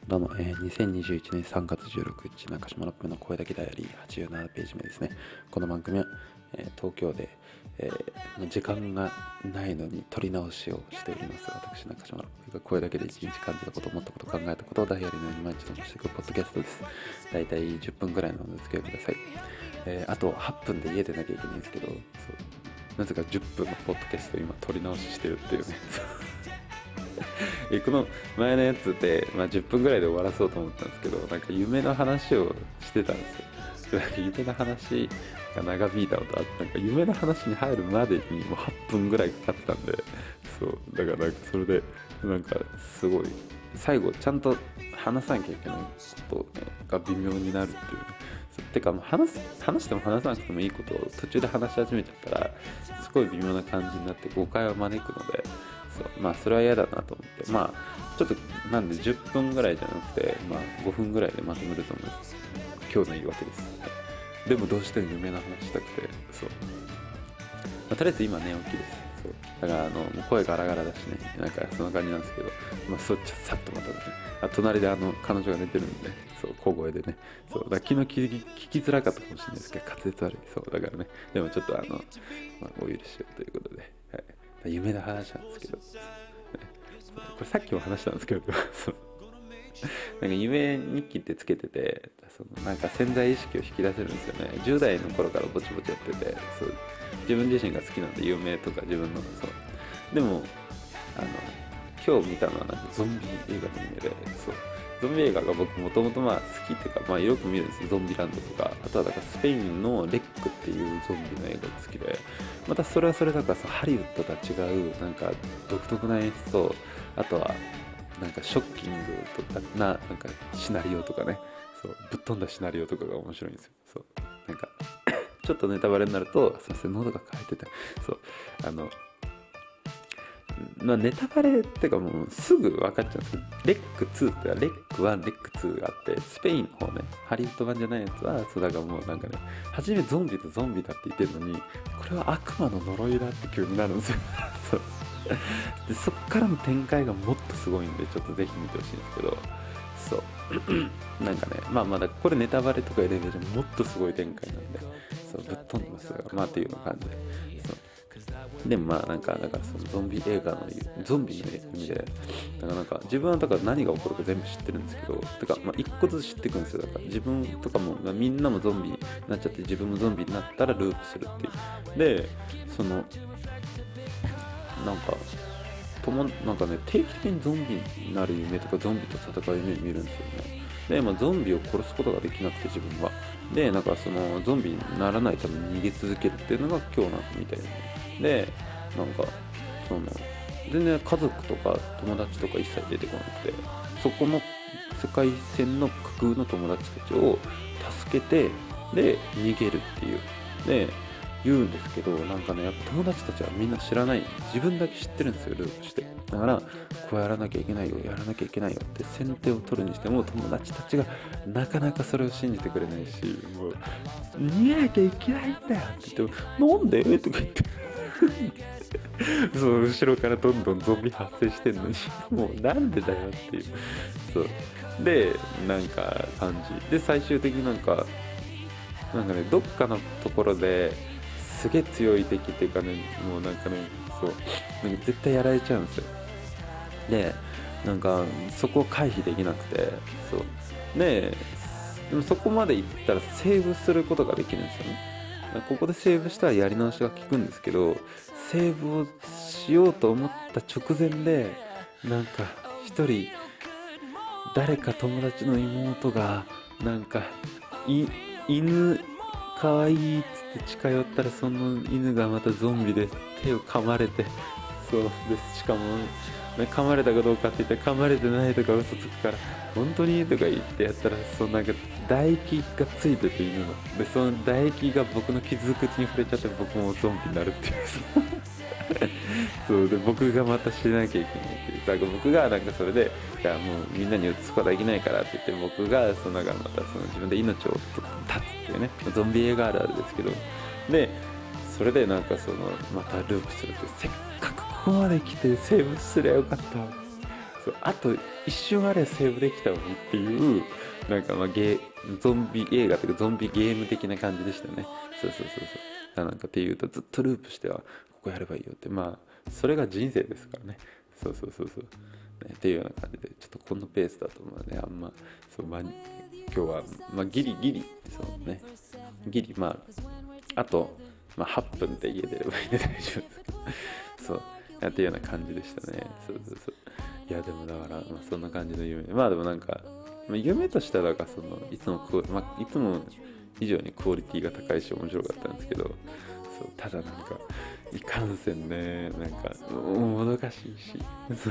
どうも、2021年3月16日中島のっぺの声だけダイアリー87ページ目ですね。この番組は、東京で、時間がないのに撮り直しをしております。私中島のっぺが声だけで一日感じたこと、思ったこと、考えたことをダイアリーのように毎日残していくポッドキャストです。だいたい10分ぐらいなのでお付き合いください。あと8分で家出なきゃいけないんですけど、なぜか10分のポッドキャストを今撮り直ししてるっていうね。この前のやつで、10分ぐらいで終わらそうと思ったんですけど、なんか夢の話をしてたんですよ。なんか夢の話が長引いたのと、あとなんか夢の話に入るまでにもう8分ぐらいかかってたんで、そうだからなんかそれでなんかすごい最後ちゃんと話さなきゃいけないこと、が微妙になるっていうね。てか話しても話さなくてもいいことを途中で話し始めちゃったらすごい微妙な感じになって誤解を招くので、それは嫌だなと思って、ちょっとなんで10分ぐらいじゃなくて、5分ぐらいでまとめると思います。今日の言い訳です。でもどうしても夢の話したくて、とりあえず今寝起きです。だからもう声ガラガラだしね、なんかそんな感じなんですけど、さっとまたね、隣で彼女が寝てるんで、小声でね、だから昨日聞きづらかったかもしれないですけど、滑舌悪い、だからね、でもちょっとお許しをということで、はい、夢の話なんですけど、これさっきも話したんですけど、なんか夢日記ってつけてて、なんか潜在意識を引き出せるんですよね。10代の頃からぼちぼちやってて、自分自身が好きなんで夢とか自分のでも今日見たのはなんかゾンビ映画の夢で、ゾンビ映画が僕もともと好きっていうか、よく見るんですよ。ゾンビランドとか、あとはだからスペインのレックっていうゾンビの映画が好きで、またそれはそれだからハリウッドとは違うなんか独特な演出と、あとはなんかショッキングとかなんかシナリオとかね、ぶっ飛んだシナリオとかが面白いんですよ。なんかちょっとネタバレになると、すいません、喉が渇いてて、ネタバレってかもうすぐ分かっちゃうんですけど、レック2ってレック1、レック2があって、スペインの方ね、ハリウッド版じゃないやつは、だからもうなんかね、初めゾンビとゾンビだって言ってるのに、これは悪魔の呪いだって急になるんですよ。でそっからの展開がもっとすごいんで、ちょっとぜひ見てほしいんですけど、なんかね、だこれネタバレとかいうレベルでもっとすごい展開なんで、ぶっ飛んでますよ、っていうの感じで。でもなんかだからそのゾンビ映画のゾンビの意味で、だからなんか自分はだから何が起こるか全部知ってるんですけど、一個ずつ知っていくんですよ。だから自分とかも、みんなもゾンビになっちゃって、自分もゾンビになったらループするっていう。でなんかね、定期的にゾンビになる夢とかゾンビと戦う夢見るんですよね。で、ゾンビを殺すことができなくて自分は。で、なんかゾンビにならないために逃げ続けるっていうのが今日なんみたいな。で、なんか全然家族とか友達とか一切出てこなくて、そこの世界線の架空の友達たちを助けて、で逃げるっていう。で言うんですけど、なんかね、やっぱ友達たちはみんな知らない、自分だけ知ってるんですよ、ループして。だからこうやらなきゃいけないよ、やらなきゃいけないよって先手を取るにしても、友達たちがなかなかそれを信じてくれないし、もう逃げなきゃいけないんだよって言っても、なんでとか言って後ろからどんどんゾンビ発生してんのにもうなんでだよっていう。でなんか感じで、最終的になんかね、どっかのところですげえ強い敵っていうかね、もうなんかね、なんか絶対やられちゃうんですよ。でなんかそこを回避できなくて、でもそこまで行ったらセーブすることができるんですよね。ここでセーブしたらやり直しが効くんですけど、セーブをしようと思った直前で、なんか一人誰か友達の妹がなんか犬かわいいっつって近寄ったら、その犬がまたゾンビで手を噛まれて、しかも、ね、噛まれたかどうかって言って噛まれてないとか嘘つくから、本当にとか言ってやったら、なんか唾液がついてて、犬のでその唾液が僕の傷口に触れちゃって、僕もゾンビになるっていうで僕がまた死ななきゃいけないっていう。だから僕がなんかそれで、じゃあもうみんなに移すことはできないからって言って、僕がなんかまた自分で命を絶つっていうね、ゾンビ映画あるあるですけど、でそれでなんかまたループするって、せっかくここまで来てセーブすりゃよかった。 そうあと一瞬あれセーブできたのにっていうなんかゾンビ映画というかゾンビゲーム的な感じでしたね。そうなんかっていうとずっとループしてはここやればいいよって、まあそれが人生ですからね。ね、っていうような感じでちょっとこのペースだとねあんま今日はギリそうねギリあと、8分で家出ればいいんで大丈夫ですけどそうやっていうような感じでしたね。いやでもだからそんな感じの夢でもなんか夢としてはいつも以上にクオリティが高いし面白かったんですけど、ただなんかいかんせんねなんかもどかしいし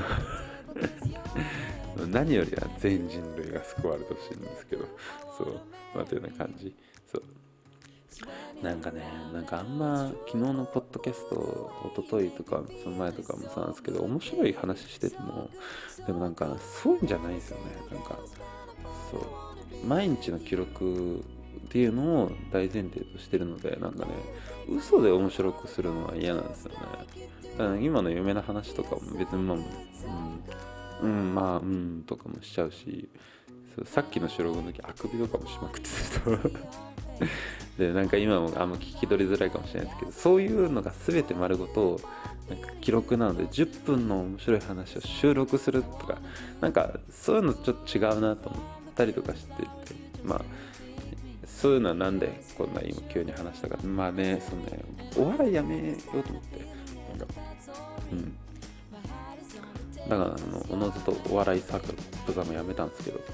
何よりは全人類が救われてほしいんですけどというような感じ。なんかあんま昨日のポッドキャスト一昨日とかその前とかもそうなんですけど、面白い話しててもでもなんかそういうんじゃないんですよね。なんか毎日の記録っていうのを大前提としてるので、なんかね嘘で面白くするのは嫌なんですよね。だから今の夢の話とかも別にとかもしちゃうし、さっきの白の時あくびとかもしまくってするとでなんか今もあんま聞き取りづらいかもしれないですけど、そういうのが全て丸ごとなんか記録なので10分の面白い話を収録するとかなんかそういうのちょっと違うなと思ったりとかしてて、そういうのはなんでこんな今急に話したか、お笑いやめようと思ってだからおのずとお笑いサークルブザもやめたんですけど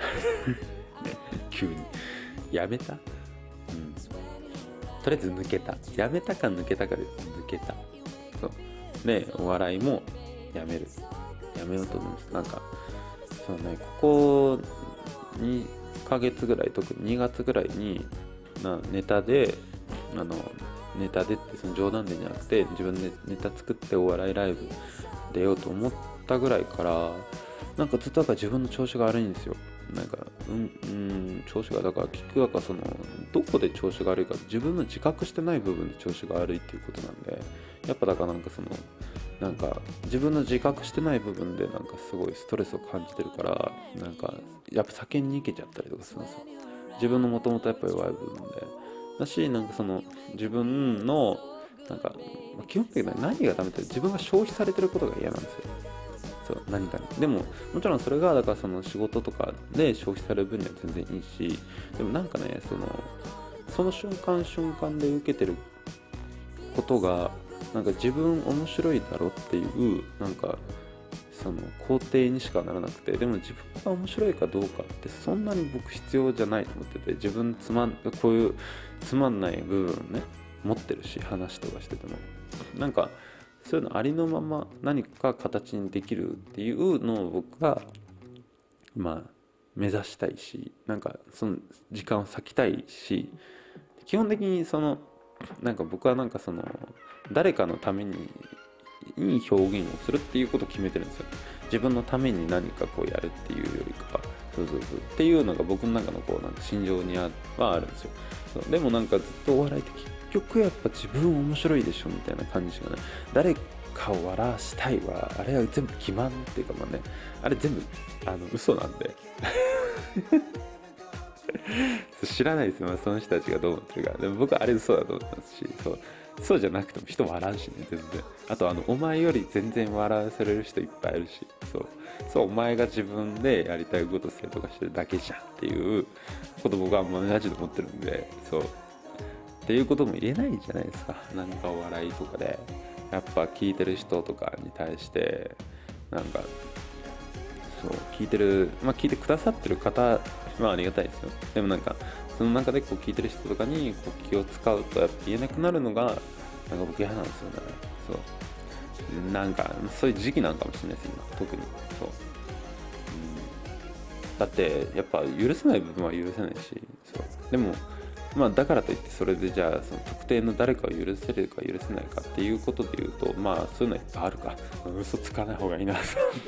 急にやめたとりあえず抜けた。やめたか抜けたかで抜けた。でお笑いもやめようと思います。なんかここ2ヶ月ぐらい、特に2月ぐらいにネタでってその冗談でじゃなくて自分でネタ作ってお笑いライブ出ようと思ったぐらいからなんかずっと自分の調子が悪いんですよ。なんか調子がだから結局どこで調子が悪いか自分の自覚してない部分で調子が悪いっていうことなんで、やっぱだからなんか自分の自覚してない部分でなんかすごいストレスを感じてるから、なんかやっぱ酒に逃げちゃったりとかするんですよ。自分のもともとやっぱ弱い部分でだし、なんか自分のなんか基本的に何がダメって自分が消費されてることが嫌なんですよ。何かにでももちろんそれがだから仕事とかで消費される分には全然いいし、でもなんかねその瞬間瞬間で受けてることがなんか自分面白いだろっていうなんか肯定にしかならなくて、でも自分が面白いかどうかってそんなに僕必要じゃないと思ってて、自分こういうつまんない部分ね持ってるし、話とかしててもなんかそういうのありのまま何か形にできるっていうのを僕が目指したいし、なんかその時間を割きたいし、基本的になんか僕はなんか誰かのためにいい表現をするっていうことを決めてるんですよ。自分のために何かこうやるっていうよりかっていうのが僕の中のなんか心情にはあるんですよ。でもなんかずっとお笑いって結局やっぱ自分面白いでしょみたいな感じがね、誰かを笑わしたいはあれは全部欺瞞っていうかあれ全部嘘なんで知らないですよ、その人たちがどう思ってるか。でも僕はあれ嘘だと思ってますし、そうじゃなくても人笑うしね、全然。あとお前より全然笑わせれる人いっぱいいるし、お前が自分でやりたいことせとかしてるだけじゃんっていうこと僕はマジで思ってるんで、っていうことも言えないじゃないですか。何かお笑いとかでやっぱ聞いてる人とかに対してなんか聞いてくださってる方はありがたいですよ。でもなんかその中で聞いてる人とかに気を使うとやっぱ言えなくなるのがなんか僕嫌なんですよね。なんかそういう時期なんかもしれないです今特に。だってやっぱ許せない部分は許せないし、でもだからといってそれでじゃあ特定の誰かを許せるか許せないかっていうことで言うとそういうのいっぱいあるか、嘘つかない方がいいない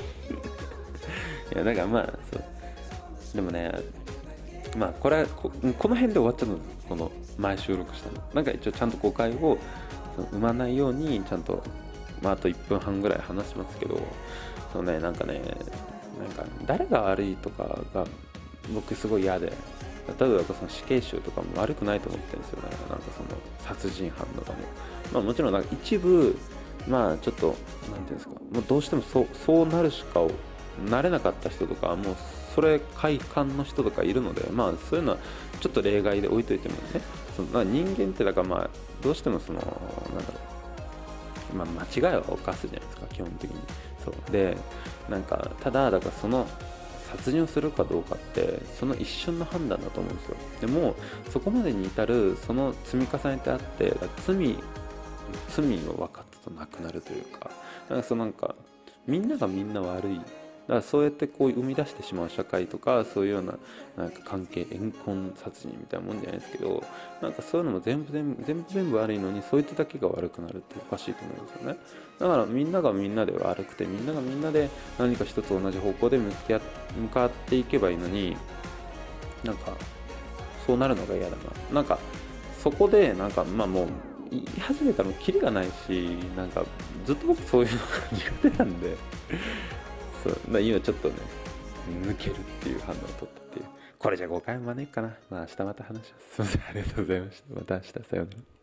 やだからでもねこれはこの辺で終わっちゃうの。この前収録したのなんか一応ちゃんと誤解を生まないようにちゃんとあと1分半ぐらい話しますけど、そのね、なんか誰が悪いとかが僕すごい嫌で、例えばその死刑囚とかも悪くないと思ってるんですよね。なんかその殺人犯とかも、もちろんなんか一部ちょっとなんていうんですか、もうどうしてもそうなるしかなれなかった人とか、もうそれ快感の人とかいるので、そういうのはちょっと例外で置いといてもね、人間ってだからどうしてもそのなんだろう、間違いは犯すじゃないですか、基本的に。そうで、ただだからその殺人をするかどうかってその一瞬の判断だと思うんですよ。でもそこまでに至るその積み重ねてあって、罪を分かったとなくなるというか、みんながみんな悪い、だからそうやってこう生み出してしまう社会とか、そういうような関係、怨恨殺人みたいなもんじゃないですけど、そういうのも全部悪いのに、そいつだけが悪くなるっておかしいと思うんですよね。だからみんながみんなで悪くて、みんながみんなで何か一つ同じ方向で向かっていけばいいのに、そうなるのが嫌だな。そこでもう言い始めたらキリがないし、ずっと僕そういうのが苦手なんで今ちょっとね、抜けるっていう判断を取ったっていう。これじゃ誤解も招くかな。明日また話します。すいません、ありがとうございました。また明日、さようなら。